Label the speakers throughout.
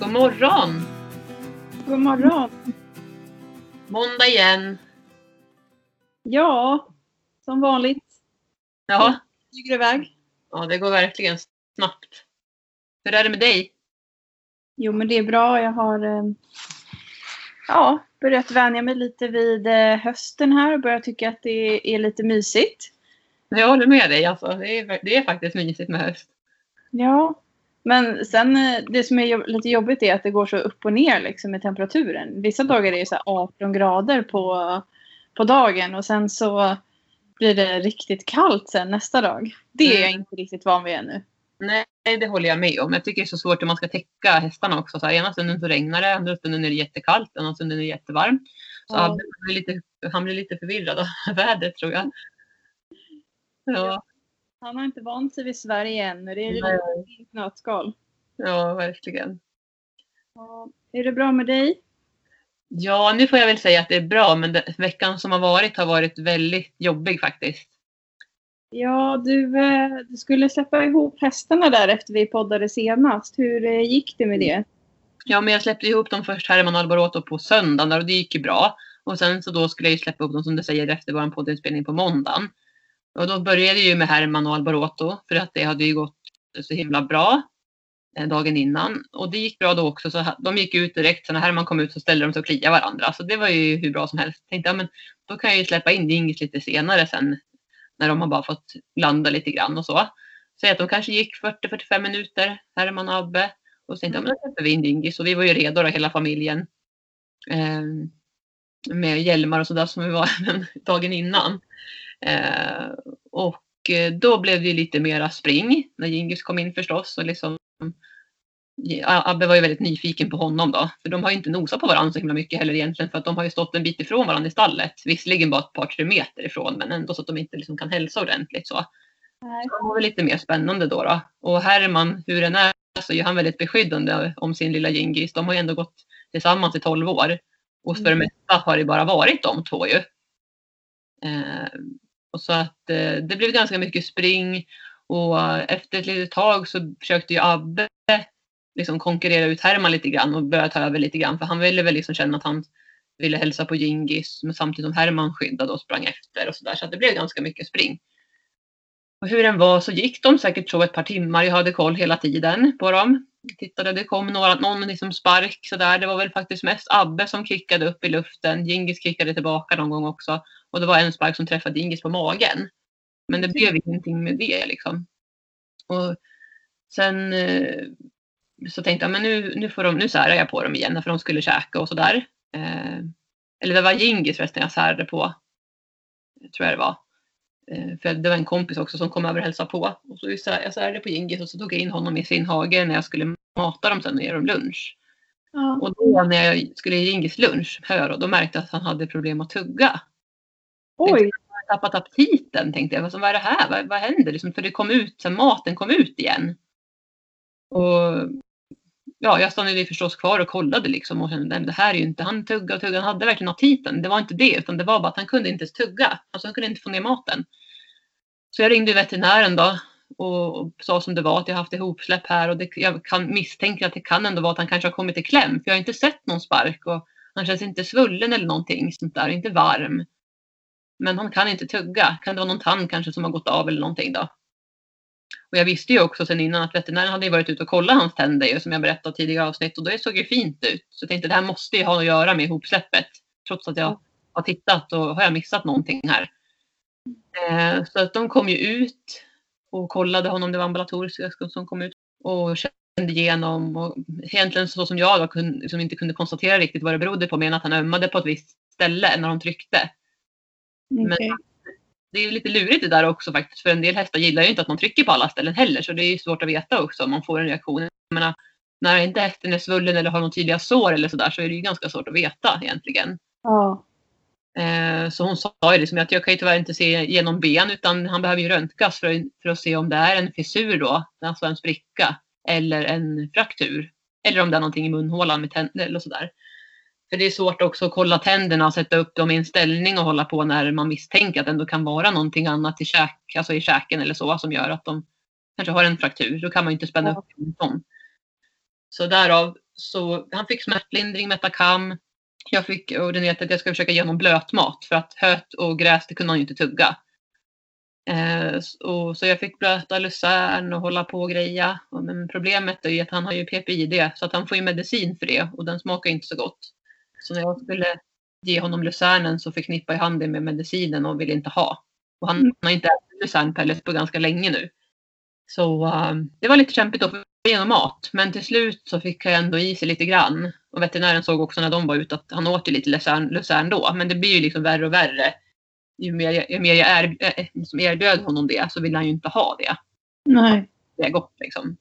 Speaker 1: God morgon!
Speaker 2: God morgon!
Speaker 1: Måndag igen.
Speaker 2: Ja, som vanligt.
Speaker 1: Ja.
Speaker 2: Flyger iväg.
Speaker 1: Ja, det går verkligen snabbt. Hur är det med dig?
Speaker 2: Jo, men det är bra. Jag har börjat vänja mig lite vid hösten här och börjar tycka att det är lite mysigt.
Speaker 1: Jag håller med dig. Alltså, det är faktiskt mysigt med höst.
Speaker 2: Ja, men sen det som är lite jobbigt är att det går så upp och ner liksom med temperaturen. Vissa dagar är det så här 18 grader på dagen och sen så blir det riktigt kallt sen nästa dag. Det är jag inte riktigt van vid ännu.
Speaker 1: Nej, det håller jag med om. Jag tycker det är så svårt hur man ska täcka hästarna också. Så här, ena stunden så regnar det, andra stunden är det jättekallt, andra stunden är det jättevarmt. Så han blir lite förvirrad av vädret, tror jag. Ja.
Speaker 2: Han har inte vant sig vid Sverige än. Det är ett nötskal.
Speaker 1: Ja, verkligen.
Speaker 2: Ja. Är det bra med dig?
Speaker 1: Ja, nu får jag väl säga att det är bra, men veckan som har varit väldigt jobbig faktiskt.
Speaker 2: Ja, du skulle släppa ihop hästarna där efter vi poddade senast. Hur gick det med det?
Speaker 1: Ja, men jag släppte ihop dem först Herman Alboreto på söndagen och det gick ju bra. Och sen så då skulle jag ju släppa upp dem som du säger efter vår poddinspelning på måndagen. Och då började jag ju med Herman och Alboreto för att det hade ju gått så himla bra dagen innan. Och det gick bra då också, så de gick ut direkt. Så när Herman kom ut så ställde de sig och kliade varandra. Så det var ju hur bra som helst. Tänkte jag, men då kan jag ju släppa in Dingis lite senare sen. När de har bara fått landa lite grann och så. Så att de kanske gick 40-45 minuter, Herman och Abbe. Och sen tänkte jag, men då släpper vi in Dingis. Och vi var ju redo då, hela familjen. Med hjälmar och sådär som vi var dagen innan. Och då blev det ju lite mera spring. När Dingis kom in förstås. Och liksom, Abbe var ju väldigt nyfiken på honom då. För de har ju inte nosat på varandra så himla mycket heller egentligen. För att de har ju stått en bit ifrån varandra i stallet. Visserligen bara ett par 3 meter ifrån. Men ändå så att de inte liksom kan hälsa ordentligt så.
Speaker 2: Nej.
Speaker 1: Det var lite mer spännande då. Och Herman, hur den är, så är han väldigt beskyddande om sin lilla Dingis. De har ju ändå gått tillsammans i 12 år. Och för det mesta har det bara varit de två ju. Och så att det blev ganska mycket spring. Och efter ett litet tag så försökte ju Abbe liksom konkurrera ut Herman lite grann. Och börja ta över lite grann. För han ville väl liksom känna att han ville hälsa på Dingis. Men samtidigt som Herman skyddade och sprang efter och sådär. Så att det blev ganska mycket spring. Och hur den var så gick de säkert så ett par timmar. Jag hade koll hela tiden på dem. Jag tittade, det kom någon liksom spark sådär. Det var väl faktiskt mest Abbe som kickade upp i luften. Dingis kickade tillbaka någon gång också. Och det var en spark som träffade Dingis på magen. Men det blev ingenting med det liksom. Och sen så tänkte jag, men nu särar jag på dem igen. För de skulle käka och sådär. Eller det var Dingis förresten jag särade på. Tror jag det var. För det var en kompis också som kom över och hälsade på. Och så jag särade på Dingis och så tog jag in honom i sin hage när jag skulle mata dem sen och ge dem lunch. Ja. Och då när jag skulle ge Dingis lunch, då märkte jag att han hade problem att tugga.
Speaker 2: Oj!
Speaker 1: Jag hade tappat aptiten, tänkte jag. Vad är det här? Vad händer? Liksom, för det kom ut, sen maten kom ut igen. Och ja, jag stannade förstås kvar och kollade liksom. Och kände, det här är ju inte, han tugga. Han hade verkligen aptiten. Det var inte det, utan det var bara att han kunde inte tugga. Alltså han kunde inte få ner maten. Så jag ringde veterinären då. Och sa som det var att jag haft ihopsläpp här. Och jag kan misstänka att det kan ändå vara att han kanske har kommit i kläm. För jag har inte sett någon spark. Och han känns inte svullen eller någonting sånt där. Inte varm. Men han kan inte tugga. Kan det vara någon tand kanske som har gått av eller någonting då. Och jag visste ju också sen innan att veterinären hade varit ute och kollat hans tänder. Som jag berättade tidigare avsnitt. Och det såg ju fint ut. Så jag tänkte det här måste ju ha att göra med ihopsläppet. Trots att jag har tittat och har jag missat någonting här. Så att de kom ju ut och kollade honom, det var ambulatoriska som kom ut och kände igenom och egentligen så som jag då liksom inte kunde konstatera riktigt vad det berodde på, men att han ömmade på ett visst ställe när de tryckte. Okay. Men det är ju lite lurigt det där också faktiskt, för en del hästar gillar ju inte att man trycker på alla ställen heller, så det är ju svårt att veta också om man får en reaktion. Jag menar, när inte hästen är svullen eller har någon tydliga sår eller sådär, så är det ju ganska svårt att veta egentligen.
Speaker 2: Ja.
Speaker 1: Så hon sa ju liksom att jag kan ju tyvärr inte se genom ben, utan han behöver ju röntgas för att se om det är en fissur då, alltså en spricka eller en fraktur, eller om det är någonting i munhålan med tänder eller sådär. För det är svårt också att kolla tänderna och sätta upp dem i en ställning och hålla på när man misstänker att det ändå kan vara någonting annat i käken eller så som gör att de kanske har en fraktur. Då kan man ju inte spänna upp en sån. Så därav, så han fick smärtlindring, Metacam. Jag fick ordinerat att jag ska försöka ge honom blötmat, för att höt och gräs, det kunde han ju inte tugga. Så jag fick blöta Luzern och hålla på och greja. Men problemet är ju att han har ju PPID, så att han får ju medicin för det, och den smakar inte så gott. Så när jag skulle ge honom Luzernen så förknippade han det med medicinen och ville inte ha. Och han har inte ätit Luzernpellets på ganska länge nu. Så det var lite kämpigt att få igenom mat. Men till slut så fick jag ändå i sig lite grann. Och veterinären såg också när de var ute att han åt ju lite Luzern då. Men det blir ju liksom värre och värre. Ju mer jag erbjöd honom det, så ville han ju inte ha det.
Speaker 2: Nej.
Speaker 1: Det är gott liksom.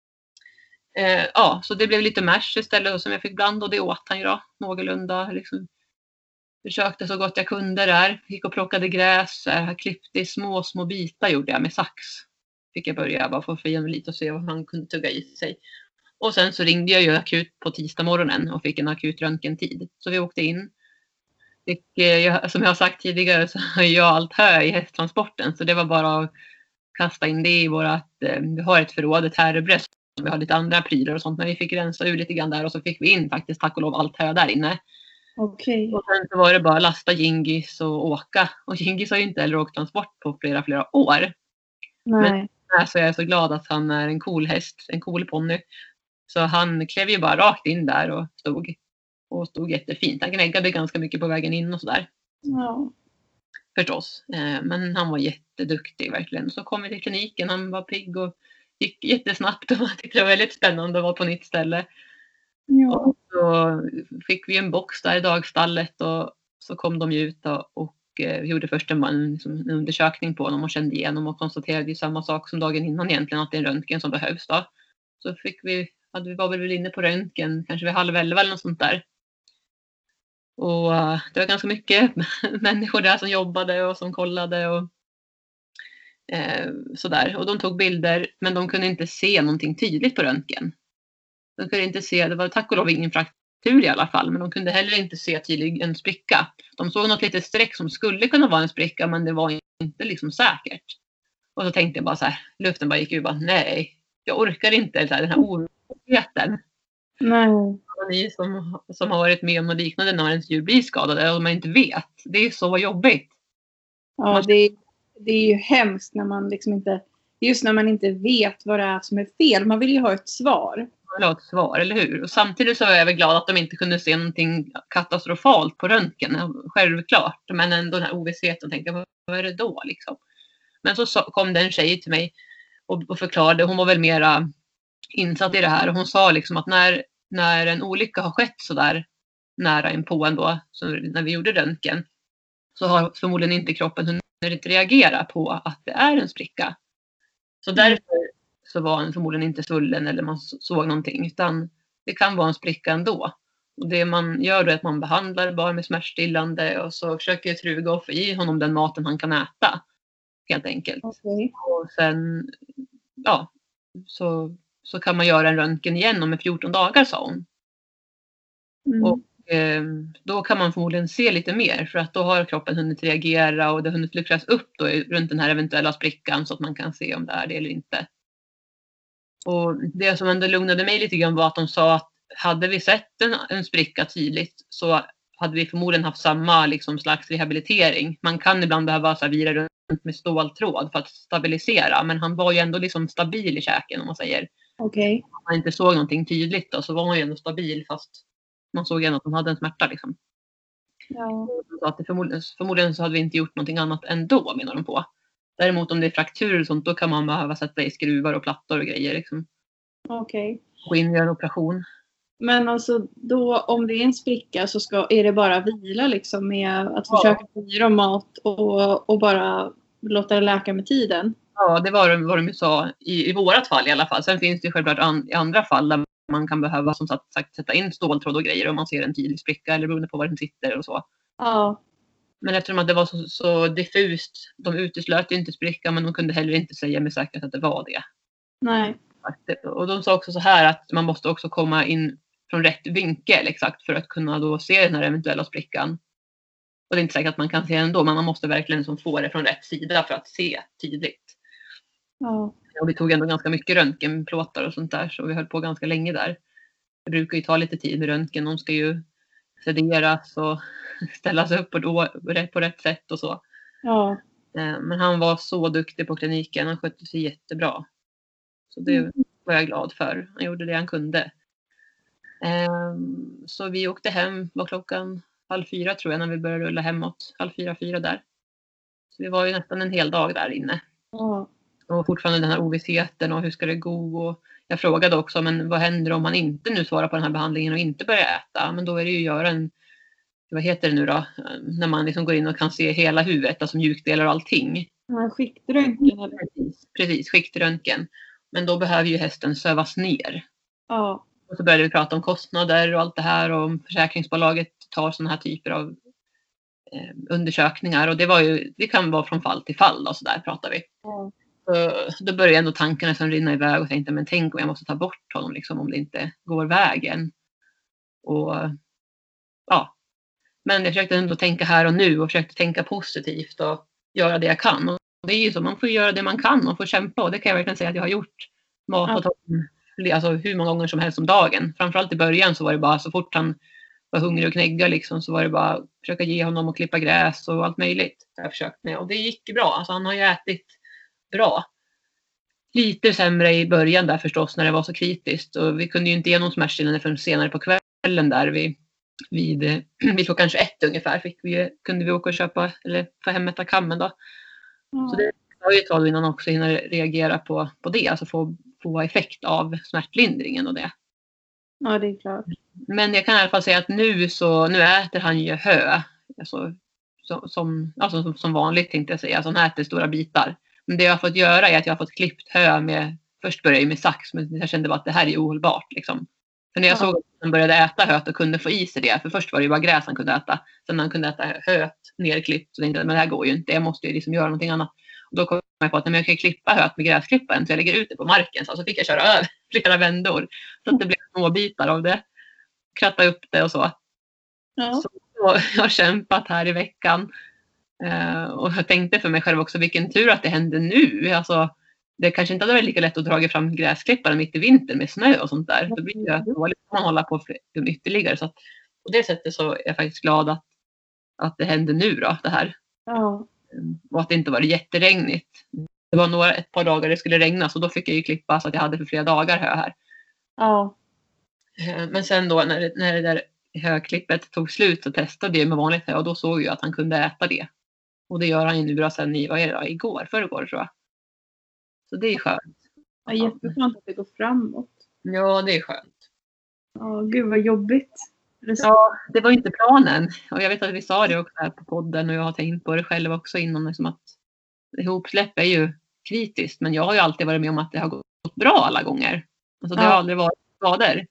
Speaker 1: Så det blev lite mash istället som jag fick blanda, och det åt han ju då någorlunda liksom. Försökte så gott jag kunde där. Gick och plockade gräs. Klippte i små bitar gjorde jag med sax. Fick jag börja bara för att få igenom lite och se vad man kunde tugga i sig. Och sen så ringde jag ju akut på tisdag morgonen och fick en akut röntgentid. Så vi åkte in. Som jag har sagt tidigare så har jag allt hö i hästtransporten. Så det var bara att kasta in det i vi har ett förråd, ett herrebröst. Vi har lite andra prylar och sånt. Men vi fick rensa ur lite grann där, och så fick vi in faktiskt tack och lov allt hö där inne.
Speaker 2: Okej.
Speaker 1: Och sen så var det bara lasta Gingis och åka. Och Gingis har ju inte heller åkt transport på flera år.
Speaker 2: Nej.
Speaker 1: Men så jag är så glad att han är en cool häst, en cool ponny. Så han klev ju bara rakt in där och stod jättefint. Han gnäggade ganska mycket på vägen in och sådär.
Speaker 2: Ja.
Speaker 1: Förstås. Men han var jätteduktig verkligen. Så kom vi till kliniken, han var pigg och gick jättesnabbt. Och jag tyckte det var väldigt spännande att vara på nytt ställe.
Speaker 2: Ja.
Speaker 1: Och så fick vi en box där i dagstallet, och så kom de ut och gjorde först en undersökning på honom och kände igenom och konstaterade ju samma sak som dagen innan egentligen, att det är en röntgen som behövs då. Så vi var väl inne på röntgen kanske vid 10:30 eller något sånt där. Och det var ganska mycket människor där som jobbade och som kollade och sådär. Och de tog bilder, men de kunde inte se någonting tydligt på röntgen. De kunde inte se, det var tack och lov ingen fraktur i alla fall, men de kunde heller inte se tydligt en spricka. De såg något litet streck som skulle kunna vara en spricka, men det var inte liksom säkert. Och så tänkte jag bara så här, luften bara gick ur, bara nej, jag orkar inte så här, den här oron.
Speaker 2: Nej.
Speaker 1: Och ni som har varit med om något liknande när ens djur blir skadade och man inte vet, det är så jobbigt.
Speaker 2: Ja, det är ju hemskt när man liksom inte, just när man inte vet vad det är som är fel. Man vill ju ha ett svar.
Speaker 1: Man vill ha ett svar, eller hur? Och samtidigt så var jag väl glad att de inte kunde se någonting katastrofalt på röntgen. Självklart. Men ändå den här ovissheten, tänkte jag, vad är det då liksom? Men så kom det en tjej till mig och förklarade, hon var väl mera insatt i det här. Och hon sa liksom att när en olycka har skett så där nära inpå ändå, så när vi gjorde röntgen, så har förmodligen inte kroppen hunnit reagera på att det är en spricka. Så därför så var den förmodligen inte svullen eller man såg någonting, utan det kan vara en spricka ändå. Och det man gör då är att man behandlar bara med smärtstillande och så försöker truga och få i honom den maten han kan äta. Helt enkelt.
Speaker 2: Okay.
Speaker 1: Och sen så kan man göra en röntgen igen om 14 dagar, sa hon. Och då kan man förmodligen se lite mer, för att då har kroppen hunnit reagera och det har hunnit luckras upp då runt den här eventuella sprickan, så att man kan se om det är det eller inte. Och det som ändå lugnade mig lite grann var att de sa att hade vi sett en spricka tydligt, så hade vi förmodligen haft samma liksom slags rehabilitering. Man kan ibland behöva vira runt med ståltråd för att stabilisera, men han var ju ändå liksom stabil i käken, om man säger.
Speaker 2: Okej.
Speaker 1: Om man inte såg någonting tydligt då, så var han ju ändå stabil, fast man såg ändå att han hade en smärta liksom.
Speaker 2: Ja.
Speaker 1: Så att förmodligen så hade vi inte gjort någonting annat ändå, menar de på. Däremot om det är frakturer och sånt, då kan man behöva sätta i skruvar och plattor och grejer liksom.
Speaker 2: Okej.
Speaker 1: Gå in och göra en operation.
Speaker 2: Men alltså då, om det är en spricka, så är det bara vila liksom med att försöka få i dem mat och bara låta det läka med tiden?
Speaker 1: Ja, det var vad de sa i vårat fall i alla fall. Sen finns det självklart i andra fall där man kan behöva som sagt sätta in ståltråd och grejer om man ser en tydlig spricka, eller beroende på var den sitter och så.
Speaker 2: Ja.
Speaker 1: Men eftersom att det var så diffust, de uteslöt ju inte spricka, men de kunde heller inte säga med säkerhet att det var det.
Speaker 2: Nej.
Speaker 1: Och de sa också så här att man måste också komma in från rätt vinkel exakt för att kunna då se den här eventuella sprickan. Och det är inte säkert att man kan se den då, men man måste verkligen liksom få det från rätt sida för att se tydligt.
Speaker 2: Ja.
Speaker 1: Och vi tog ändå ganska mycket röntgenplåtar och sånt där, så vi höll på ganska länge där. det brukar ju ta lite tid med röntgen. De ska ju sederas och ställas upp på rätt sätt och så.
Speaker 2: Ja.
Speaker 1: Men han var så duktig på kliniken. Han skötte sig jättebra. Så det var jag glad för. Han gjorde det han kunde. Så vi åkte hem, var klockan 3:30 tror jag när vi började rulla hemåt. 3:30, 4 där. Så vi var ju nästan en hel dag där inne.
Speaker 2: Ja.
Speaker 1: Och fortfarande den här ovissheten och hur ska det gå. Och jag frågade också, men vad händer om man inte nu svarar på den här behandlingen och inte börjar äta? Men då är det ju att göra en, vad heter det nu då? När man liksom går in och kan se hela huvudet, alltså mjukdelar och allting.
Speaker 2: Ja, skiktröntgen eller?
Speaker 1: Precis, skiktröntgen. Men då behöver ju hästen sövas ner.
Speaker 2: Ja.
Speaker 1: Och så började vi prata om kostnader och allt det här och om försäkringsbolaget tar sådana här typer av undersökningar. Och det kan vara från fall till fall och så där pratar vi.
Speaker 2: Ja.
Speaker 1: Då började ändå tankarna som rinna iväg och tänkte, men tänk om jag måste ta bort honom liksom, om det inte går vägen. Och ja. Men jag försökte ändå tänka här och nu och försökte tänka positivt och göra det jag kan. Och det är ju så, man får göra det man kan och får kämpa. Och det kan jag verkligen säga att jag har gjort. Matat honom alltså hur många gånger som helst om dagen. Framförallt i början så var det bara så fort han var hungrig och knägga liksom, så var det bara att försöka ge honom och klippa gräs och allt möjligt. Jag försökt med. Och det gick bra. Alltså han har ju ätit bra. Lite sämre i början där förstås när det var så kritiskt. Och vi kunde ju inte ge någon smärtstillande förrän senare på kvällen där vid klockan 21 ungefär kunde vi åka och köpa eller få hem Metakammen då.
Speaker 2: Ja.
Speaker 1: Så det var ju ett tag innan också hinna reagera på det. Alltså få effekt av smärtlindringen och det.
Speaker 2: Ja, det är klart.
Speaker 1: Men jag kan i alla fall säga att nu äter han ju hö. Alltså, som vanligt tänkte jag säga. Alltså han äter stora bitar. Men det jag har fått göra är att jag har fått klippt hö med, först började jag med sax, men jag kände bara att det här är ohållbart liksom. För när jag såg att han började äta höet och kunde få i sig det, för först var det ju bara gräs han kunde äta. Sen han kunde äta höet nerklippt, så tänkte jag, men det här går ju inte, jag måste ju liksom göra någonting annat. Och då kom jag på att jag kan klippa höet med gräsklipparen, så jag lägger ut det på marken. Så fick jag köra över flera vändor, så att det blev små bitar av det. Kratta upp det och så.
Speaker 2: Ja.
Speaker 1: Så jag har kämpat här i veckan. Och jag tänkte för mig själv också, vilken tur att det hände nu. Alltså, det kanske inte hade varit lika lätt att dra fram gräsklipparen mitt i vintern med snö och sånt där. Då blir det dåligt att man håller på ytterligare. Så att på det sättet så är jag faktiskt glad att det hände nu då, det här.
Speaker 2: Ja.
Speaker 1: Och att det inte var jätteregnigt. Det var ett par dagar det skulle regna, så då fick jag ju klippa så att jag hade för flera dagar hö här.
Speaker 2: Ja.
Speaker 1: Men sen då när det där höklippet tog slut så testade jag med vanligt hö och då såg jag att han kunde äta det. Och det gör han ju nu bra sen förrgår tror jag. Så det är skönt.
Speaker 2: Ja, jätteskönt att det går framåt.
Speaker 1: Ja, det är skönt.
Speaker 2: Ja, gud vad jobbigt.
Speaker 1: Ja, det var inte planen. Och jag vet att vi sa det också här på podden och jag har tänkt på det själv också innan. Liksom att ihopsläpp är ju kritiskt. Men jag har ju alltid varit med om att det har gått bra alla gånger. Alltså det har aldrig varit skador.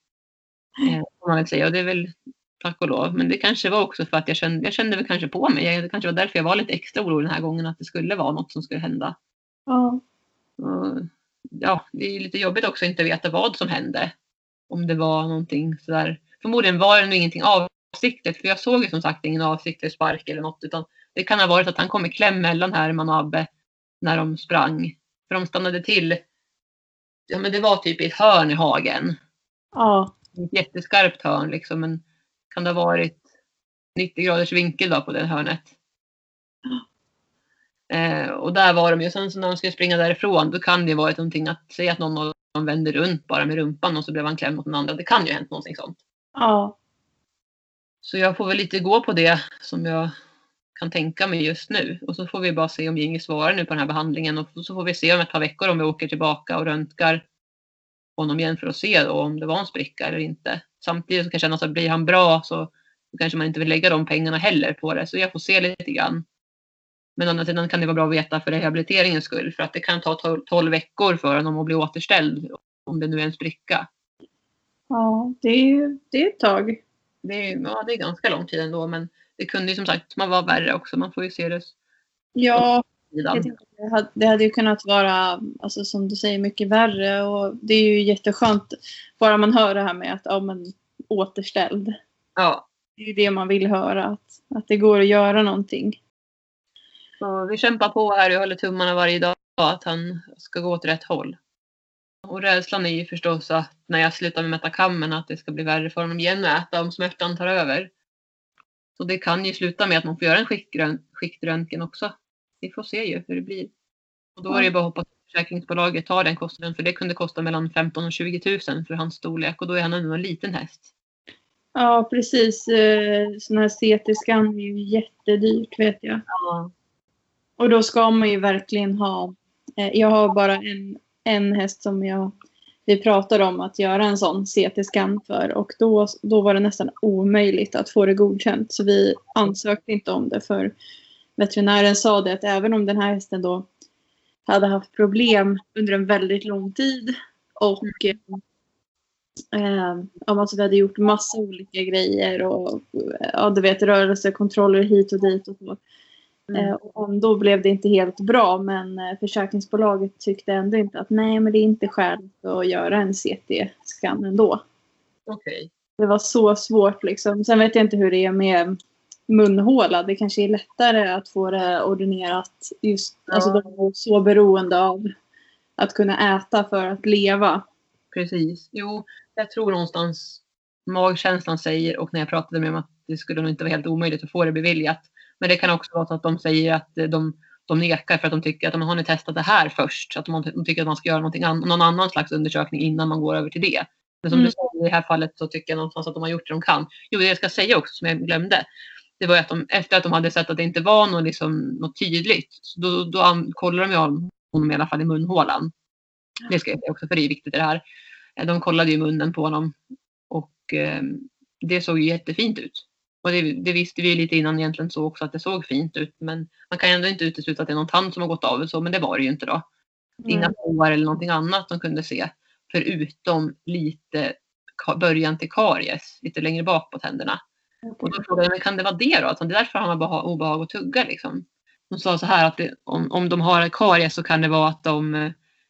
Speaker 1: Kan man väl säga. Och det är väl tack och lov. Men det kanske var också för att jag kände väl kanske på mig. Det kanske var därför jag var lite extra orolig den här gången. Att det skulle vara något som skulle hända.
Speaker 2: Ja.
Speaker 1: Och, ja, det är lite jobbigt också att inte veta vad som hände. Om det var någonting sådär. Förmodligen var det nog ingenting avsiktligt. För jag såg ju som sagt ingen avsiktlig spark eller något. Utan det kan ha varit att han kom i kläm mellan Herman och Abbe. När de sprang. För de stannade till. Ja, men det var typ i ett hörn i hagen.
Speaker 2: Ja.
Speaker 1: Ett jätteskarpt hörn liksom. Men kan det ha varit 90 graders vinkel då på det hörnet. Och där var de ju. Sen så när de skulle springa därifrån. Då kan det ju varit någonting att säga att någon av dem vände runt bara med rumpan. Och så blev han klämd mot den andra. Det kan ju ha hänt någonting sånt.
Speaker 2: Ja.
Speaker 1: Så jag får väl lite gå på det som jag kan tänka mig just nu. Och så får vi bara se om Inge svarar nu på den här behandlingen. Och så får vi se om ett par veckor om vi åker tillbaka och röntgar honom igen för att se då om det var en spricka eller inte. Samtidigt så kan jag känna att blir han bra så kanske man inte vill lägga de pengarna heller på det. Så jag får se lite grann. Men å andra sidan kan det vara bra att veta för rehabiliteringens skull. För att det kan ta 12 veckor för honom att bli återställd. Om det nu är en spricka.
Speaker 2: Ja, det är ett tag.
Speaker 1: Det är ganska lång tid ändå. Men det kunde ju som sagt man vara värre också. Man får ju se det.
Speaker 2: Ja, det hade ju kunnat vara, alltså, som du säger, mycket värre. Och det är ju jätteskönt bara man hör det här med att återställd.
Speaker 1: Ja.
Speaker 2: Det är ju det man vill höra. Att det går att göra någonting.
Speaker 1: Så vi kämpar på här och håller tummarna varje dag att han ska gå åt rätt håll. Och rädslan är ju förstås att när jag slutar med Metakammen att det ska bli värre för honom igen att äta om smärtan tar över. Så det kan ju sluta med att man får göra en skiktröntgen också. Vi får se ju hur det blir. Och då är det bara att hoppas att försäkringsbolaget tar den kostnaden. För det kunde kosta mellan 15 och 20 000 för hans storlek. Och då är han ändå en liten häst.
Speaker 2: Ja, precis. Sån här CT-scan är ju jättedyrt, vet jag.
Speaker 1: Ja.
Speaker 2: Och då ska man ju verkligen ha... Jag har bara en häst som vi pratade om att göra en sån CT-scan för. Och då var det nästan omöjligt att få det godkänt. Så vi ansökte inte om det, för veterinären sa det att även om den här hästen då hade haft problem under en väldigt lång tid och alltså vi hade gjort massa olika grejer och du vet, rörelsekontroller hit och dit och så. Och då blev det inte helt bra, men försäkringsbolaget tyckte ändå inte att nej, men det är inte skäligt att göra en CT-scan ändå.
Speaker 1: Okej.
Speaker 2: Det var så svårt liksom. Sen vet jag inte hur det är med munhåla. Det kanske är lättare att få det ordinerat just, alltså de är så beroende av att kunna äta för att leva.
Speaker 1: Precis. Jo, jag tror någonstans magkänslan säger, och när jag pratade med dem att det skulle nog inte vara helt omöjligt att få det beviljat. Men det kan också vara så att de säger att de nekar för att de tycker att de har testat det här först. Så att de tycker att man ska göra någon annan slags undersökning innan man går över till det. Men som du sa, i det här fallet så tycker jag någonstans att de har gjort det de kan. Jo, det jag ska säga också som jag glömde. Det var att efter att de hade sett att det inte var något tydligt. Så då kollar de ju av honom i alla fall i munhålan. Det ska jag säga också, för det är viktigt det här. De kollade ju munnen på honom. Och det såg ju jättefint ut. Och det visste vi ju lite innan egentligen så också att det såg fint ut. Men man kan ändå inte utesluta att det är någon tand som har gått av och så. Men det var det ju inte då. Inga påvar eller någonting annat de kunde se. Förutom lite början till karies. Lite längre bak på tänderna. Och då frågade jag, men kan det vara det då? Alltså, det är därför han har obehag att tugga liksom. De sa så här att om de har karies så kan det vara att de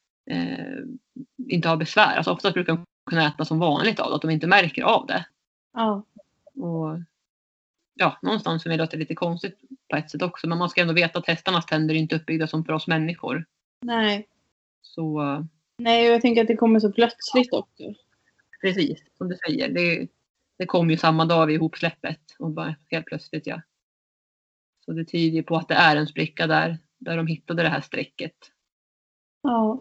Speaker 1: inte har besvär. Alltså ofta brukar de kunna äta som vanligt av det. Att de inte märker av det.
Speaker 2: Ja.
Speaker 1: Och ja, någonstans som är det lite konstigt på ett sätt också. Men man ska ändå veta att hästarnas tänder är inte uppbyggda som för oss människor.
Speaker 2: Nej.
Speaker 1: Så...
Speaker 2: Nej, jag tänker att det kommer så plötsligt också.
Speaker 1: Precis, som du säger. Det kom ju samma dag vid ihopsläppet. Och bara helt plötsligt, ja. Så det tyder på att det är en spricka där de hittade det här strecket.
Speaker 2: Ja.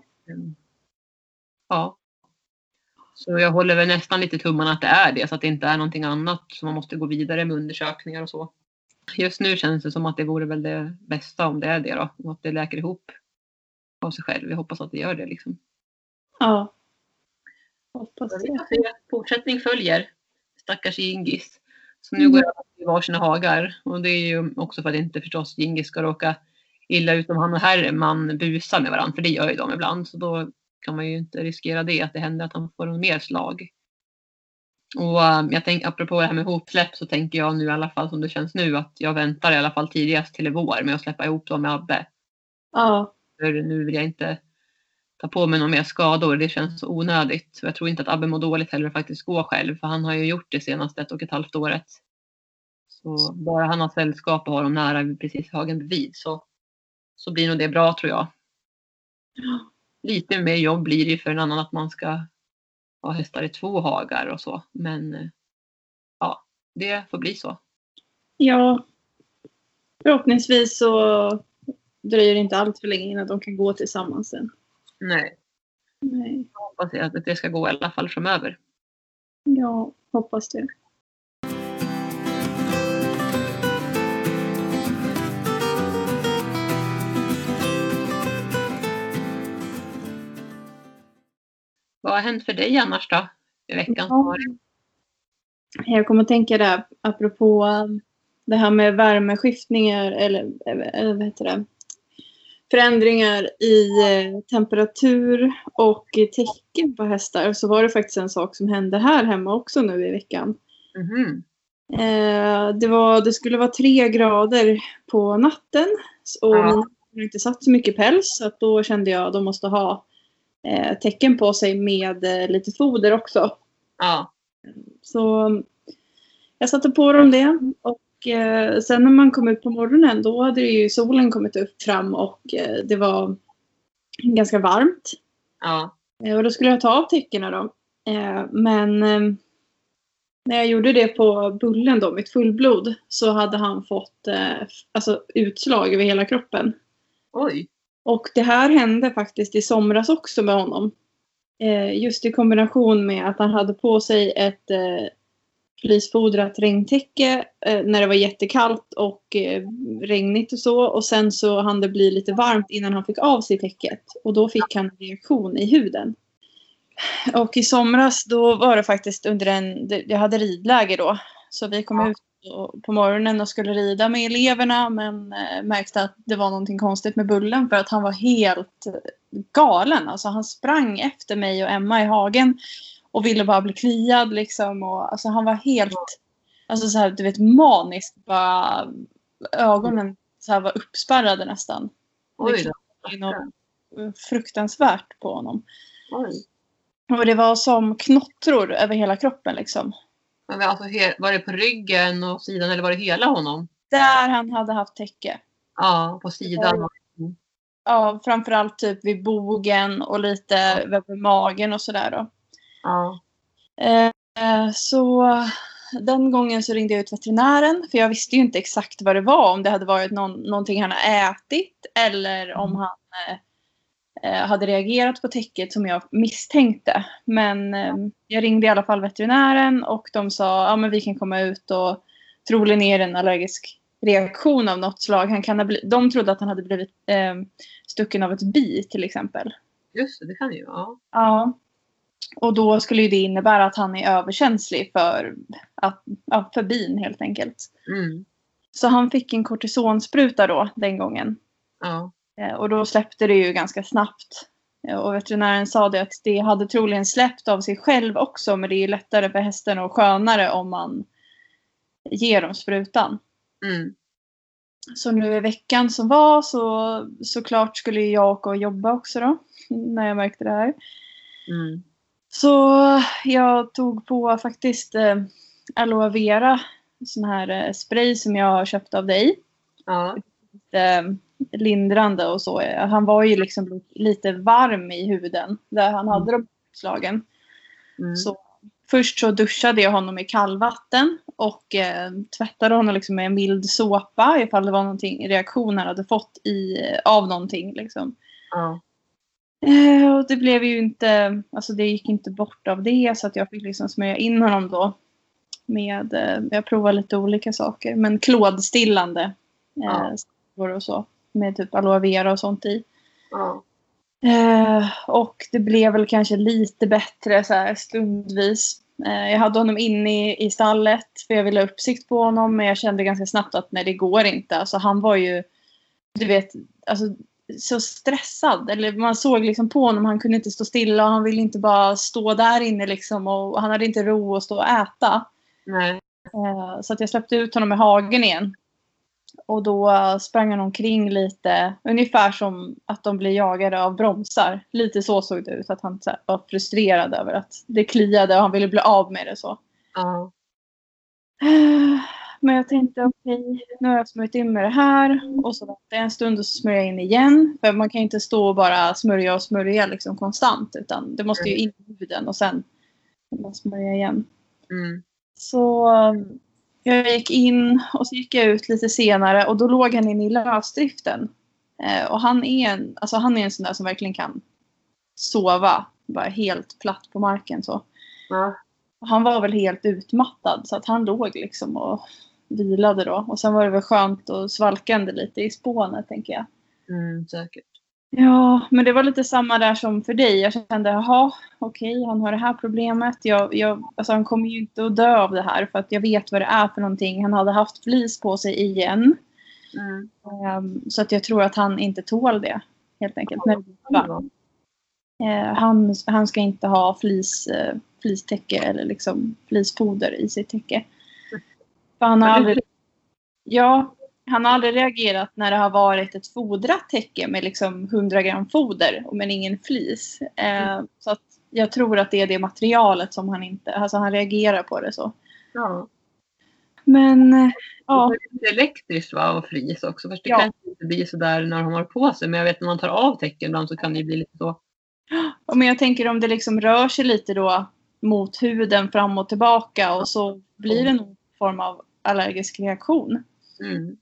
Speaker 1: Ja. Så jag håller väl nästan lite tummarna att det är det. Så att det inte är någonting annat som man måste gå vidare med undersökningar och så. Just nu känns det som att det vore väl det bästa om det är det då. Och att det läker ihop av sig själv. Jag hoppas att det gör det liksom.
Speaker 2: Ja. Hoppas det.
Speaker 1: Fortsättning följer. Stackars Gingis. Så nu går jag i varsina hagar. Och det är ju också för att inte förstås Gingis ska råka illa ut om han och Herman busar med varandra. För det gör ju de ibland. Så då kan man ju inte riskera det. Att det händer att han får en mer slag. Och jag tänker, apropå det här med hopsläpp, så tänker jag nu i alla fall som det känns nu. Att jag väntar i alla fall tidigast till vår med att släppa ihop dem med Abbe.
Speaker 2: Ja.
Speaker 1: För nu vill jag inte ta på mig några mer skador. Det känns så onödigt. Och jag tror inte att Abbe mår dåligt heller att faktiskt gå själv. För han har ju gjort det senaste 1,5 året. Så bara han har sällskap och har dem nära precis hagen bredvid. Så blir nog det bra, tror jag. Lite mer jobb blir det för en annan att man ska ha hästar i 2 hagar och så. Men ja, det får bli så.
Speaker 2: Ja. Förhoppningsvis så dröjer det inte allt för länge innan de kan gå tillsammans sen.
Speaker 1: Nej. Jag hoppas att det ska gå i alla fall framöver.
Speaker 2: Ja, hoppas det.
Speaker 1: Vad har hänt för dig annars då? I veckan?
Speaker 2: Ja. Jag kommer att tänka där apropå det här med värmeskiftningar eller vad heter det? Förändringar i temperatur och tecken på hästar, så var det faktiskt en sak som hände här hemma också nu i veckan. Det skulle vara 3 grader på natten och mina har inte satt så mycket päls, så att då kände jag att de måste ha tecken på sig med lite foder också.
Speaker 1: Ja.
Speaker 2: Så jag satte på dem det, och sen när man kom ut på morgonen, då hade ju solen kommit upp fram och det var ganska varmt.
Speaker 1: Ja.
Speaker 2: Och då skulle jag ta av täckena då. Men när jag gjorde det på Bullen då, mitt fullblod, så hade han fått utslag över hela kroppen.
Speaker 1: Oj.
Speaker 2: Och det här hände faktiskt i somras också med honom. Just i kombination med att han hade på sig ett fleecefodrat regntäcke när det var jättekallt och regnigt och så. Och sen så hann det bli lite varmt innan han fick av sig täcket. Och då fick han en reaktion i huden. Och i somras då var det faktiskt jag hade ridläger då. Så vi kom ut på morgonen och skulle rida med eleverna, men märkte att det var någonting konstigt med Bullen för att han var helt galen. Alltså han sprang efter mig och Emma i hagen och ville bara bli kliad liksom. Och, alltså han var helt, alltså så här, du vet, manisk. Bara, ögonen så här var uppspärrade nästan.
Speaker 1: Oj
Speaker 2: det var något fruktansvärt på honom.
Speaker 1: Oj.
Speaker 2: Och det var som knottror över hela kroppen liksom.
Speaker 1: Men alltså, var det på ryggen och sidan eller var det hela honom?
Speaker 2: Där han hade haft täcke.
Speaker 1: Ja, på sidan.
Speaker 2: Ja, framförallt typ vid bogen och lite över magen och sådär då.
Speaker 1: Ja.
Speaker 2: Så den gången så ringde jag ut veterinären. För jag visste ju inte exakt vad det var. Om det hade varit någonting han har ätit. Eller om han hade reagerat på täcket som jag misstänkte. Men jag ringde i alla fall veterinären. Och de sa, ja men vi kan komma ut och troligen är det en allergisk reaktion av något slag. De trodde att han hade blivit stucken av ett bi till exempel.
Speaker 1: Just det, det kan ju vara.
Speaker 2: Ja. Och då skulle ju det innebära att han är överkänslig för bin helt enkelt.
Speaker 1: Mm.
Speaker 2: Så han fick en kortisonspruta då den gången.
Speaker 1: Ja.
Speaker 2: Och då släppte det ju ganska snabbt. Och veterinären sa det att det hade troligen släppt av sig själv också. Men det är lättare för hästen och skönare om man ger dem sprutan.
Speaker 1: Mm.
Speaker 2: Så nu i veckan som var såklart skulle jag åka och jobba också då. När jag märkte det här.
Speaker 1: Mm.
Speaker 2: Så jag tog på faktiskt aloe vera. Sån här spray som jag har köpt av dig.
Speaker 1: Ja.
Speaker 2: Lindrande och så. Han var ju liksom lite varm i huden. Där han hade de utslagen.
Speaker 1: Mm.
Speaker 2: Så först så duschade jag honom i kallvatten. Och tvättade honom liksom med en mild såpa. Ifall det var någonting reaktion han hade fått av någonting liksom.
Speaker 1: Ja.
Speaker 2: Och det blev ju inte, alltså det gick inte bort av det, så att jag fick liksom smörja in honom då med, jag provade lite olika saker, men klådstillande och så, med typ aloe vera och sånt i.
Speaker 1: Ja.
Speaker 2: Och det blev väl kanske lite bättre så här stundvis. Jag hade honom inne i stallet för jag ville ha uppsikt på honom, men jag kände ganska snabbt att nej, det går inte. Alltså han var ju, du vet, alltså så stressad, eller man såg liksom på honom, han kunde inte stå stilla och han ville inte bara stå där inne liksom, och han hade inte ro att stå och äta.
Speaker 1: Nej.
Speaker 2: Så att jag släppte ut honom i hagen igen. Och då sprang han omkring lite, ungefär som att de blir jagade av bromsar. Lite så såg det ut, att han så här var frustrerad över att det kliade och han ville bli av med det så.
Speaker 1: Ja.
Speaker 2: Men jag tänkte okej, nu har jag smörjt in med det här. Och så väntade jag en stund och smörja in igen. För man kan inte stå och bara smörja liksom konstant. Utan det måste ju in i huden och sen smörja igen.
Speaker 1: Mm.
Speaker 2: Så jag gick in och så gick jag ut lite senare. Och då låg han inne i lösdriften. Och han är en sån där som verkligen kan sova. Bara helt platt på marken så.
Speaker 1: Ja.
Speaker 2: Och han var väl helt utmattad. Så att han låg liksom och vilade då. Och sen var det väl skönt och svalkande lite i spånet, tänker jag.
Speaker 1: Säkert.
Speaker 2: Ja, men det var lite samma där som för dig. Jag kände, jaha, okej, han har det här problemet. Alltså han kommer ju inte att dö av det här. För att jag vet vad det är för någonting. Han hade haft flis på sig igen. Så att jag tror att han inte tål det. Helt enkelt. Han ska inte ha flistäcke eller liksom flisfoder i sitt täcke. För han har aldrig reagerat när det har varit ett fodrat täcke med liksom 100 gram foder men ingen flis. Så att jag tror att det är det materialet som han inte, alltså han reagerar på det så.
Speaker 1: Ja.
Speaker 2: Men ja.
Speaker 1: Det är elektriskt och flis också. Först det kan inte bli så där när de har på sig, men jag vet när man tar av täcken ibland så kan det bli lite så.
Speaker 2: Ja, men jag tänker om det liksom rör sig lite då mot huden fram och tillbaka och så blir det någon form av allergisk reaktion.
Speaker 1: Mm.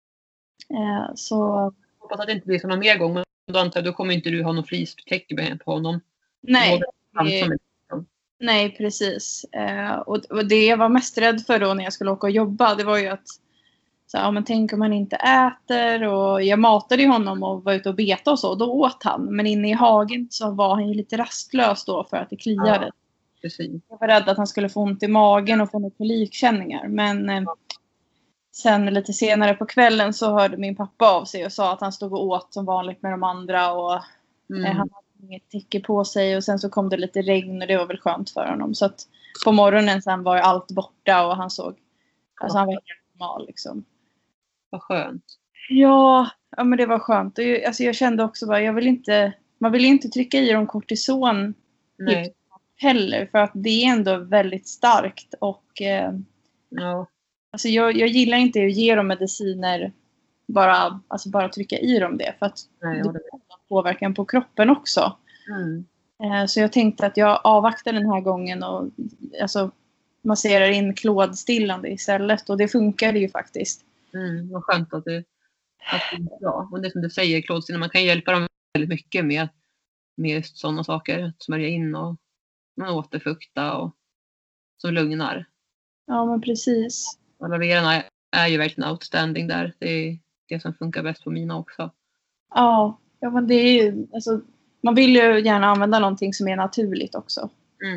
Speaker 2: Så
Speaker 1: Hoppas att det inte blir så någon mer gång, men då antar jag, då kommer inte du ha någon fleecetäcke på honom.
Speaker 2: nej.
Speaker 1: Det,
Speaker 2: Nej, precis. Och det jag var mest rädd för då när jag skulle åka och jobba, det var ju att så, ja, men tänk om han inte äter. Och jag matade ju honom och var ute och betade och så. Då åt han. Men inne i hagen så var han ju lite rastlös då för att det kliade.
Speaker 1: Ja, precis.
Speaker 2: Jag var rädd att han skulle få ont i magen och få några kolikkänningar. Men sen lite senare på kvällen så hörde min pappa av sig och sa att han stod och åt som vanligt med de andra. Och han hade inget täcke på sig. Och sen så kom det lite regn och det var väl skönt för honom. Så att på morgonen sen var allt borta och han såg, alltså han var helt normal liksom.
Speaker 1: Vad skönt.
Speaker 2: Ja, men det var skönt. Och jag kände också bara, man vill inte trycka i dem kortison.
Speaker 1: Nej.
Speaker 2: Heller, för att det är ändå väldigt starkt. Och
Speaker 1: Ja.
Speaker 2: alltså jag gillar inte att ge dem mediciner bara trycka i dem det. För att det påverkar på kroppen också. Så jag tänkte att jag avvaktar den här gången och alltså, masserar in klådstillande istället. Och det funkade ju faktiskt.
Speaker 1: Vad skönt att det är bra. Och det som du säger, klådstillande, man kan hjälpa dem väldigt mycket med just sådana saker. Att smörja in och återfukta och som lugnar.
Speaker 2: Ja, men precis.
Speaker 1: Aloe vera är ju verkligen outstanding där. Det är det som funkar bäst på mina också.
Speaker 2: Ja, men det är ju, alltså, man vill ju gärna använda någonting som är naturligt också.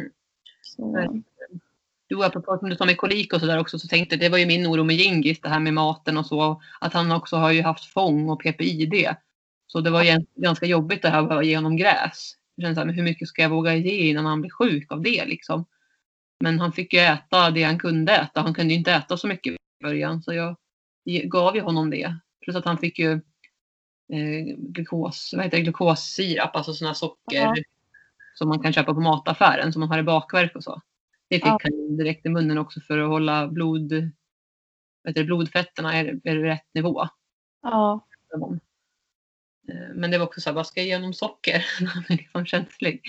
Speaker 2: Så.
Speaker 1: Du, apropå som du sa med kolik och sådär också, så tänkte jag, det var ju min oro med Gingis, det här med maten och så, att han också har ju haft fång och PPID. Så det var ju ganska jobbigt det här att ge honom gräs. Det känns så här, men hur mycket ska jag våga ge innan han blir sjuk av det liksom? Men han fick ju äta det han kunde äta. Han kunde ju inte äta så mycket i början, så jag gav ju honom det. Plus att han fick ju glukossirap, alltså sådana socker som man kan köpa på mataffären som man har i bakverk och så. Det fick han direkt i munnen också för att hålla blodfetterna i rätt nivå.
Speaker 2: Ja.
Speaker 1: Men det var också så här, vad ska jag ge honom socker? Han är liksom känslig.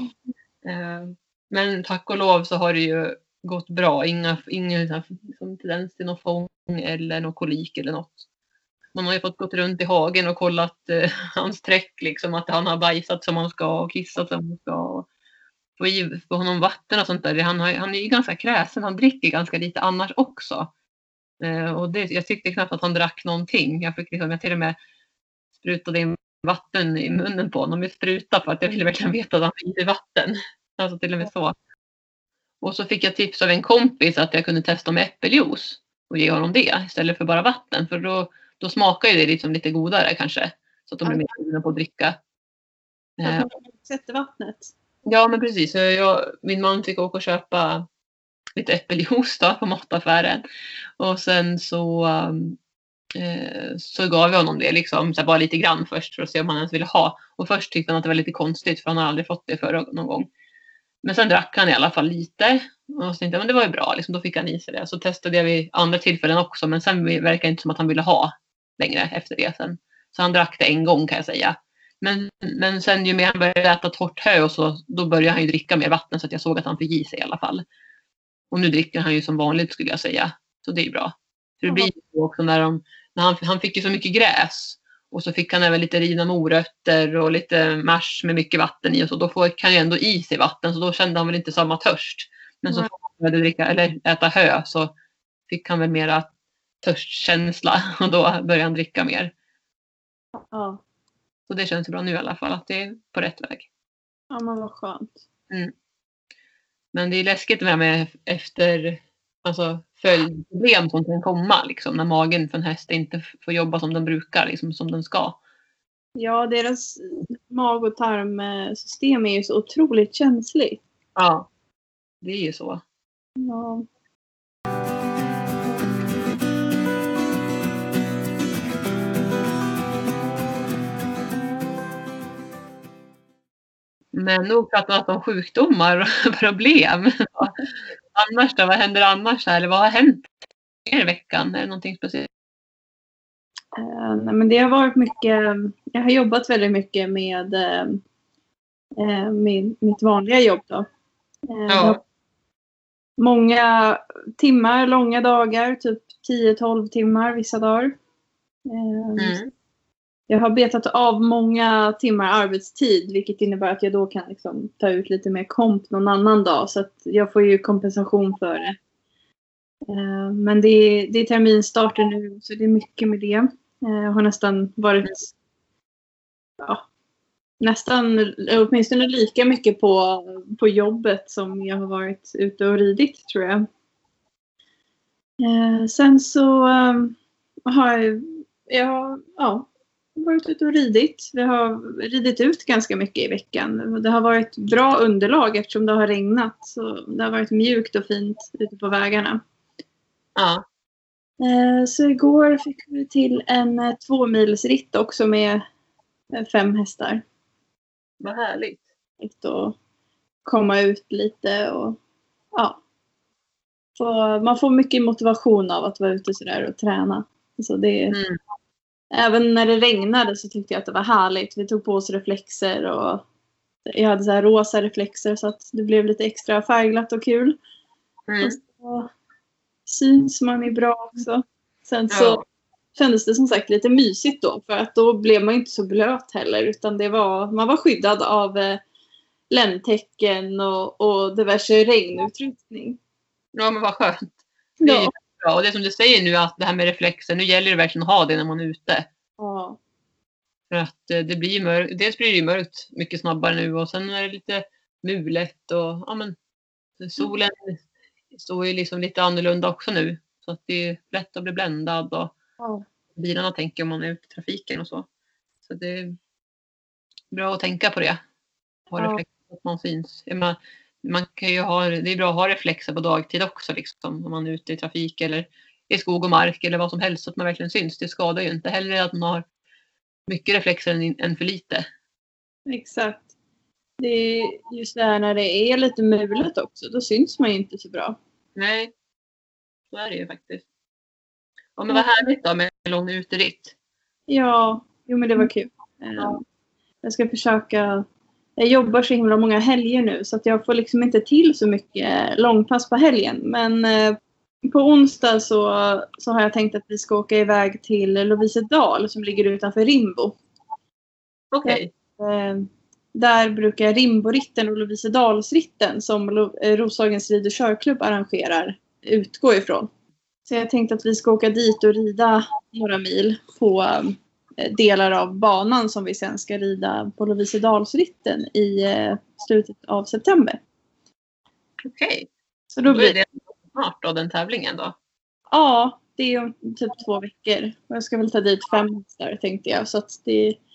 Speaker 1: Men tack och lov så har det ju gått bra. Ingen liksom, tendens till någon fång eller någon kolik eller något. Man har ju fått gått runt i hagen och kollat hans träck, liksom, att han har bajsat som han ska och kissat som han ska. Och få i på honom vatten och sånt där. Han är ju ganska kräsen. Han dricker ganska lite annars också. Och jag tyckte knappt att han drack någonting. Jag till och med sprutade in vatten i munnen på honom. Jag sprutade för att jag ville verkligen veta att han fick i vatten. Alltså till och med så. Och så fick jag tips av en kompis att jag kunde testa med äppeljuice och ge honom det istället för bara vatten. För då smakar ju det liksom lite godare kanske. Så att de blir mer sugna på att dricka.
Speaker 2: Sätter vattnet.
Speaker 1: Ja, men precis. Min man fick åka och köpa lite äppeljuice då på mataffären. Och sen så gav jag honom det liksom, så bara lite grann först för att se om han ens ville ha. Och först tyckte han att det var lite konstigt för han har aldrig fått det förra någon gång. Men sen drack han i alla fall lite. Och så tänkte jag, men det var ju bra, liksom, då fick han i sig det. Så testade jag vid andra tillfällen också, men sen verkar det inte som att han ville ha längre efter det sen. Så han drack det en gång kan jag säga. Men sen ju mer han började äta torrt hö och så, då började han ju dricka mer vatten så att jag såg att han fick i sig i alla fall. Och nu dricker han ju som vanligt skulle jag säga. Så det är bra. För det blir ju också när han fick ju så mycket gräs. Och så fick han även lite rivna morötter och lite mash med mycket vatten i. Och så då kan han ju ändå i sig vatten. Så då kände han väl inte samma törst. Men så får han började dricka eller äta hö så fick han väl mera törstkänsla. Och då började han dricka mer.
Speaker 2: Ja.
Speaker 1: Så det känns bra nu i alla fall att det är på rätt väg.
Speaker 2: Ja, men vad skönt.
Speaker 1: Men det är läskigt med följdproblem som kan komma liksom, när magen för en häst inte får jobba som den brukar, liksom, som den ska.
Speaker 2: Ja, deras mag- och tarmsystem är ju så otroligt känsligt.
Speaker 1: Ja, det är ju så.
Speaker 2: Ja.
Speaker 1: Men nog pratat om sjukdomar och problem. Annars då, vad händer annars här? Eller vad har hänt i veckan? Är det någonting speciellt?
Speaker 2: Nej, men det har varit mycket. Jag har jobbat väldigt mycket med mitt vanliga jobb då.
Speaker 1: Ja.
Speaker 2: Många timmar, långa dagar, typ 10-12 timmar vissa dagar. Jag har betat av många timmar arbetstid, vilket innebär att jag då kan liksom ta ut lite mer komp någon annan dag. Så att jag får ju kompensation för det. Men det är terminstarten nu, så det är mycket med det. Jag har nästan varit nästan åtminstone lika mycket på jobbet som jag har varit ute och ridit, tror jag. Sen så har jag varit ute och ridit. Vi har ridit ut ganska mycket i veckan. Det har varit bra underlag eftersom det har regnat. Så det har varit mjukt och fint ute på vägarna.
Speaker 1: Ja.
Speaker 2: Så igår fick vi till en 2-milsritt också med 5 hästar.
Speaker 1: Vad härligt.
Speaker 2: Och komma ut lite och man får mycket motivation av att vara ute sådär och träna. Så även när det regnade så tyckte jag att det var härligt. Vi tog på oss reflexer och jag hade så här rosa reflexer så att det blev lite extra färgglatt och kul. Och så syns man är bra också. Sen så kändes det som sagt lite mysigt då, för att då blev man inte så blöt heller, utan man var skyddad av länntäcken och diverse regnutrustning.
Speaker 1: Ja, men vad skönt. Det är ju bra. Och det som du säger nu, att det här med reflexer, nu gäller det verkligen att ha det när man är ute.
Speaker 2: Ja.
Speaker 1: För att det blir ju mörkt. Dels blir det ju mörkt mycket snabbare nu, och sen är det lite mulet och solen står ju liksom lite annorlunda också nu. Så att det är lätt att bli bländad och bilarna tänker om man är ute i trafiken och så. Så det är bra att tänka på det. Ha reflexer så att man syns. Man kan ju det är bra att ha reflexer på dagtid också liksom, om man är ute i trafik eller i skog och mark eller vad som helst, så att man verkligen syns. Det skadar ju inte. Hellre att man har mycket reflexer än för lite. Exakt.
Speaker 2: Det är just det här när det är lite mulet också. Då syns man ju inte så bra.
Speaker 1: Nej, så är det ju faktiskt. Ja, men vad härligt då med en lång uteritt.
Speaker 2: Ja, men det var kul. Jag ska försöka. Jag jobbar så himla många helger nu så att jag får liksom inte till så mycket långpass på helgen. Men på onsdag så har jag tänkt att vi ska åka iväg till Lovisedal som ligger utanför Rimbo.
Speaker 1: Okej.
Speaker 2: Där brukar Rimboritten och Lovisedalsritten som Roslagens rid- och körklubb arrangerar utgå ifrån. Så jag tänkte att vi ska åka dit och rida några mil på delar av banan som vi sen ska rida på Lovisedalsritten i slutet av september.
Speaker 1: Okej.
Speaker 2: Så då blir
Speaker 1: det snart då, den tävlingen då?
Speaker 2: Ja, det är om typ 2 veckor. Och jag ska väl ta dit 5 hästar tänkte jag. Så att det är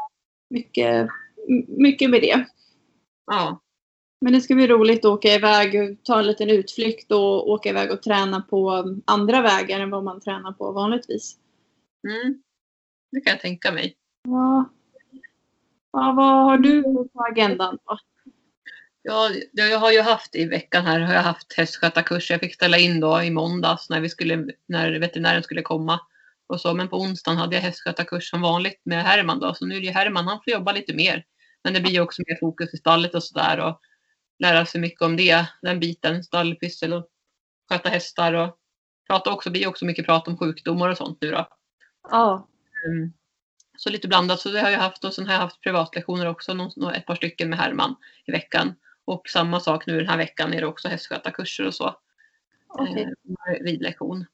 Speaker 2: mycket med det.
Speaker 1: Ja.
Speaker 2: Men det ska bli roligt att åka iväg och ta en liten utflykt och åka iväg och träna på andra vägar än vad man tränar på vanligtvis.
Speaker 1: Det kan jag tänka mig.
Speaker 2: Ja, vad har du på agendan då?
Speaker 1: Ja, jag har ju haft i veckan här har jag haft hästskötarkurs. Jag fick ställa in då i måndags när veterinären skulle komma. Och så, men på onsdagen hade jag hästskötarkurs som vanligt med Herman då. Så nu är det Herman, han får jobba lite mer. Men det blir ju också mer fokus i stallet och sådär. Och lära sig mycket om det, den biten, stallpyssel och sköta hästar. Och blir också mycket prat om sjukdomar och sånt nu då.
Speaker 2: Ja.
Speaker 1: Så lite blandat, så det har jag haft. Och sen har jag haft privatlektioner också, ett par stycken med Herman i veckan. Och samma sak nu den här veckan är det också hästskötarkurser och så. Ridlektion.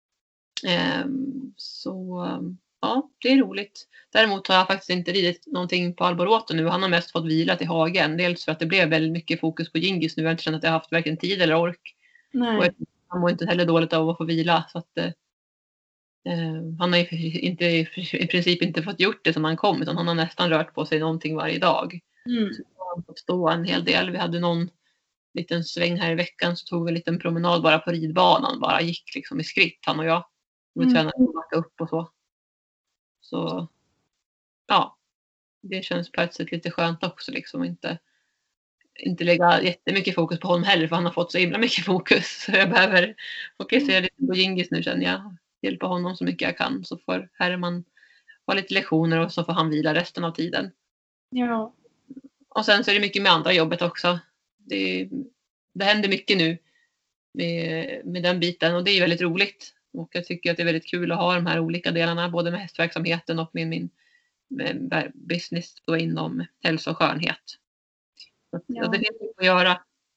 Speaker 1: Så ja, det är roligt. Däremot har jag faktiskt inte ridit någonting på Alboroto nu. Han har mest fått vila till hagen. Dels för att det blev väldigt mycket fokus på Gingis nu. Jag har inte känt att jag har haft varken tid eller ork.
Speaker 2: Nej.
Speaker 1: Och han mår inte heller dåligt av att få vila. Så att, han har i princip inte fått gjort det som han kom. Utan han har nästan rört på sig någonting varje dag. Så han har fått stå en hel del. Vi hade någon liten sväng här i veckan, så tog vi en liten promenad bara på ridbanan. Bara gick liksom i skritt, han och jag. Och vi tränade att backa upp och så. Så ja, det känns på ett sätt lite skönt också liksom. Inte lägga jättemycket fokus på honom heller, för han har fått så himla mycket fokus. Så jag behöver fokusera lite på Gingis nu, känner jag. Hjälpa honom så mycket jag kan. Så får Herman ha lite lektioner och så får han vila resten av tiden.
Speaker 2: Ja.
Speaker 1: Och sen så är det mycket med andra jobbet också. Det händer mycket nu med den biten och det är väldigt roligt. Och jag tycker att det är väldigt kul att ha de här olika delarna, både med hästverksamheten och med min business då inom hälsa och skönhet. Ja. Det finns mycket att göra.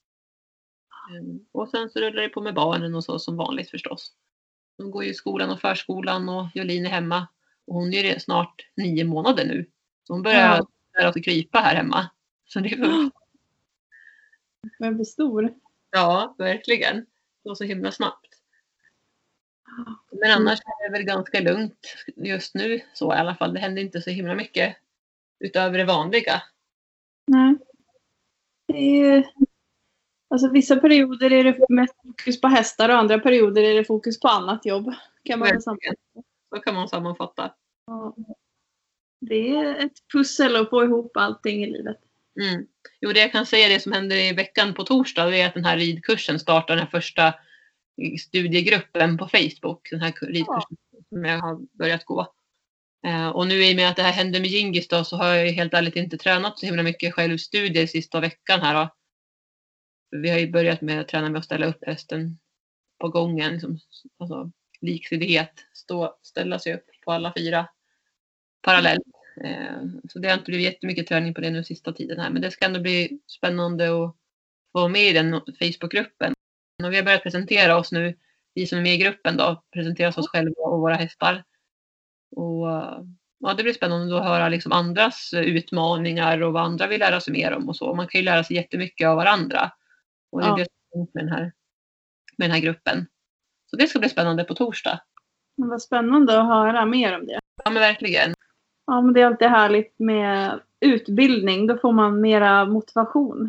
Speaker 1: Och sen så rullar det på med barnen och så som vanligt förstås. De går ju i skolan och förskolan och Jolin är hemma. Och hon är snart 9 månader nu. Så hon börjar lära sig krypa här hemma. Så det är
Speaker 2: Den blir stor.
Speaker 1: Ja, verkligen. Det går så himla snabbt. Men annars är det väl ganska lugnt just nu så i alla fall. Det händer inte så himla mycket utöver det vanliga.
Speaker 2: Nej. Det är, alltså vissa perioder är det mest fokus på hästar och andra perioder är det fokus på annat jobb. Kan man
Speaker 1: så kan man sammanfatta.
Speaker 2: Ja. Det är ett pussel att få ihop allting i livet.
Speaker 1: Mm. Jo, det jag kan säga, det som händer i veckan på torsdag, det är att den här ridkursen startar, den här första studiegruppen på Facebook. Den här ridkursen som jag har börjat gå. Och nu i och med att det här händer med Gingis då, så har jag helt ärligt inte tränat så himla mycket självstudier sista veckan här då. Vi har ju börjat med att träna med att ställa upp hästen på gången. Liksom, alltså liksidighet. Ställa sig upp på alla 4 parallellt. Så det har inte blivit jättemycket träning på det nu sista tiden här. Men det ska ändå bli spännande att få med i den Facebookgruppen. Och vi har börjat presentera oss nu. Vi som är med i gruppen då. Presentera oss själva och våra hästar. Och ja, det blir spännande att höra liksom andras utmaningar och vad andra vill lära sig mer om och så. Man kan ju lära sig jättemycket av varandra. Och det är det som är med den här gruppen. Så det ska bli spännande på torsdag.
Speaker 2: Det var spännande att höra mer om det.
Speaker 1: Ja, men verkligen.
Speaker 2: Ja, men det är alltid härligt med utbildning. Då får man mera motivation.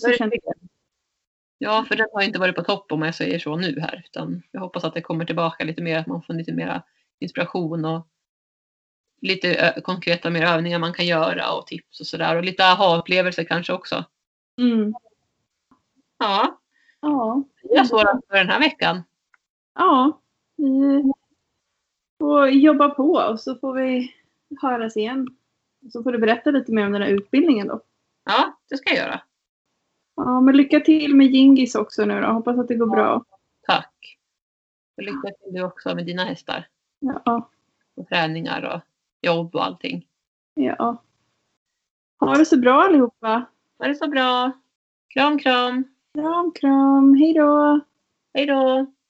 Speaker 1: Ja, för det har inte varit på topp om jag säger så nu här. Utan jag hoppas att det kommer tillbaka lite mer. Att man får lite mer inspiration och lite konkreta mer övningar man kan göra och tips och sådär. Och lite aha-upplevelser kanske också.
Speaker 2: Mm.
Speaker 1: Ja. Jag såg det för den här veckan.
Speaker 2: Ja. Vi får jobba på och så får vi höras igen. Så får du berätta lite mer om den här utbildningen då.
Speaker 1: Ja, det ska jag göra.
Speaker 2: Ja, men lycka till med Gingis också nu då. Hoppas att det går bra.
Speaker 1: Tack. Och lycka till du också med dina hästar.
Speaker 2: Ja.
Speaker 1: Och träningar och jobb och allting.
Speaker 2: Ja. Ha det så bra allihopa.
Speaker 1: Ha det så bra. Kram, kram.
Speaker 2: Kram, kram. Hej då.
Speaker 1: Hej då.